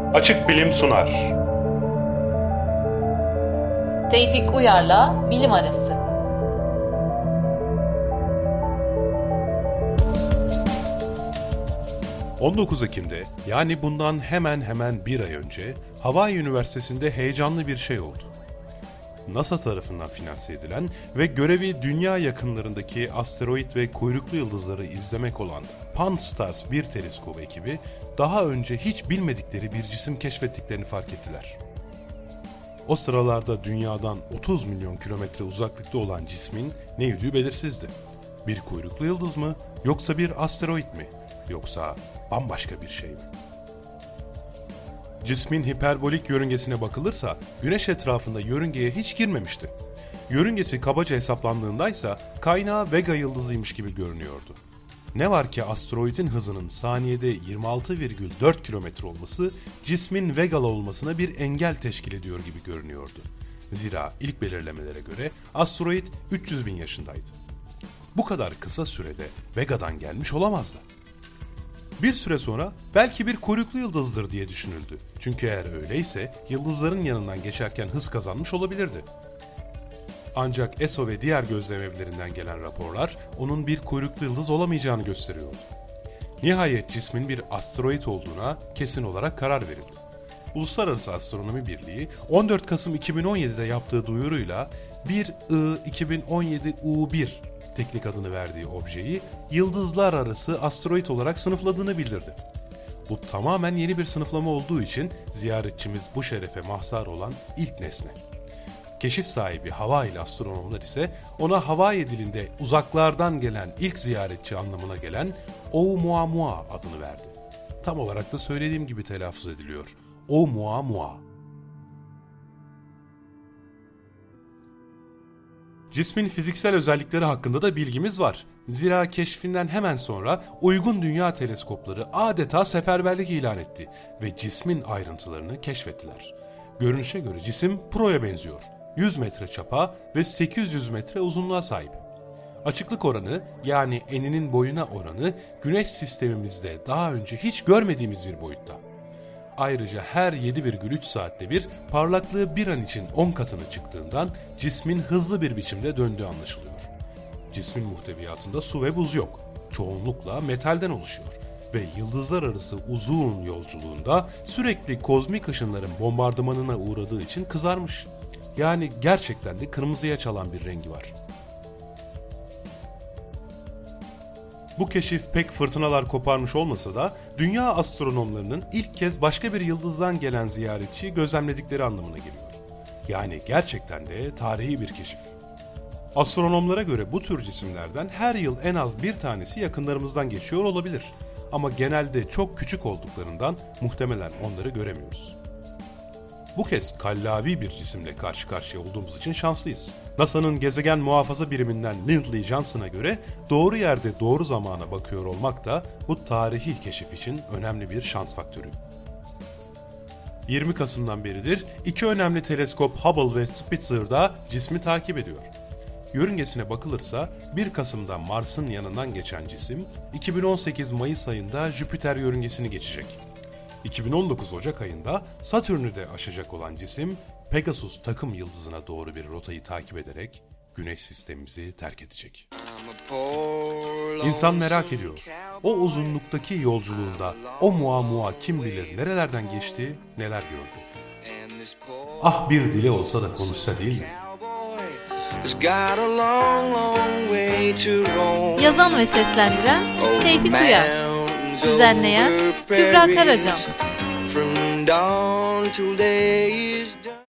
Açık Bilim sunar. Tevfik Uyar'la Bilim Arası. ...19 Ekim'de, yani bundan hemen bir ay önce... ...Hawaii Üniversitesi'nde heyecanlı bir şey oldu. NASA tarafından finanse edilen ve görevi dünya yakınlarındaki asteroid ve kuyruklu yıldızları izlemek olan Pan-STARRS 1 teleskop ekibi... ...daha önce hiç bilmedikleri bir cisim keşfettiklerini fark ettiler. O sıralarda dünyadan 30 milyon kilometre uzaklıkta olan cismin ne yüdüğü belirsizdi. Bir kuyruklu yıldız mı, yoksa bir asteroid mi, yoksa bambaşka bir şey mi? Cismin hiperbolik yörüngesine bakılırsa Güneş etrafında yörüngeye hiç girmemişti. Yörüngesi kabaca hesaplandığındaysa kaynağı Vega yıldızıymış gibi görünüyordu. Ne var ki asteroidin hızının saniyede 26,4 kilometre olması cismin Vegalı olmasına bir engel teşkil ediyor gibi görünüyordu. Zira ilk belirlemelere göre asteroid 300 bin yaşındaydı. Bu kadar kısa sürede Vega'dan gelmiş olamazdı. Bir süre sonra belki bir kuyruklu yıldızdır diye düşünüldü. Çünkü eğer öyleyse yıldızların yanından geçerken hız kazanmış olabilirdi. Ancak ESO ve diğer gözlem evlerinden gelen raporlar onun bir kuyruklu yıldız olamayacağını gösteriyordu. Nihayet cismin bir asteroid olduğuna kesin olarak karar verildi. Uluslararası Astronomi Birliği 14 Kasım 2017'de yaptığı duyuruyla 1I-2017-U1 teknik adını verdiği objeyi yıldızlar arası asteroid olarak sınıfladığını bildirdi. Bu tamamen yeni bir sınıflama olduğu için ziyaretçimiz bu şerefe mahzar olan ilk nesne. Keşif sahibi Hawaii'li astronomlar ise ona Hawaii dilinde uzaklardan gelen ilk ziyaretçi anlamına gelen Oumuamua adını verdi. Tam olarak da söylediğim gibi telaffuz ediliyor. Oumuamua. Cismin fiziksel özellikleri hakkında da bilgimiz var. Zira keşfinden hemen sonra uygun dünya teleskopları adeta seferberlik ilan etti ve cismin ayrıntılarını keşfettiler. Görünüşe göre cisim Pro'ya benziyor. 100 metre çapa ve 800 metre uzunluğa sahip. Açıklık oranı, yani eninin boyuna oranı Güneş sistemimizde daha önce hiç görmediğimiz bir boyutta. Ayrıca her 7,3 saatte bir parlaklığı bir an için 10 katına çıktığından cismin hızlı bir biçimde döndüğü anlaşılıyor. Cismin muhteviyatında su ve buz yok. Çoğunlukla metalden oluşuyor ve yıldızlar arası uzun yolculuğunda sürekli kozmik ışınların bombardımanına uğradığı için kızarmış. Yani gerçekten de kırmızıya çalan bir rengi var. Bu keşif pek fırtınalar koparmış olmasa da dünya astronomlarının ilk kez başka bir yıldızdan gelen ziyaretçiyi gözlemledikleri anlamına geliyor. Yani gerçekten de tarihi bir keşif. Astronomlara göre bu tür cisimlerden her yıl en az bir tanesi yakınlarımızdan geçiyor olabilir. Ama genelde çok küçük olduklarından muhtemelen onları göremiyoruz. Bu kez kallavi bir cisimle karşı karşıya olduğumuz için şanslıyız. NASA'nın gezegen muhafaza biriminden Lindley Johnson'a göre doğru yerde doğru zamana bakıyor olmak da bu tarihi keşif için önemli bir şans faktörü. 20 Kasım'dan beridir iki önemli teleskop Hubble ve Spitzer da cismi takip ediyor. Yörüngesine bakılırsa 1 Kasım'da Mars'ın yanından geçen cisim 2018 Mayıs ayında Jüpiter yörüngesini geçecek. 2019 Ocak ayında Satürn'ü de aşacak olan cisim Pegasus takım yıldızına doğru bir rotayı takip ederek Güneş sistemimizi terk edecek. İnsan merak ediyor. O uzunluktaki yolculuğunda Oumuamua kim bilir nerelerden geçti, neler gördü. Ah bir dili olsa da konuşsa değil mi? Yazan ve seslendiren Tevfik Uyar. Düzenleyen Kübra Karacan.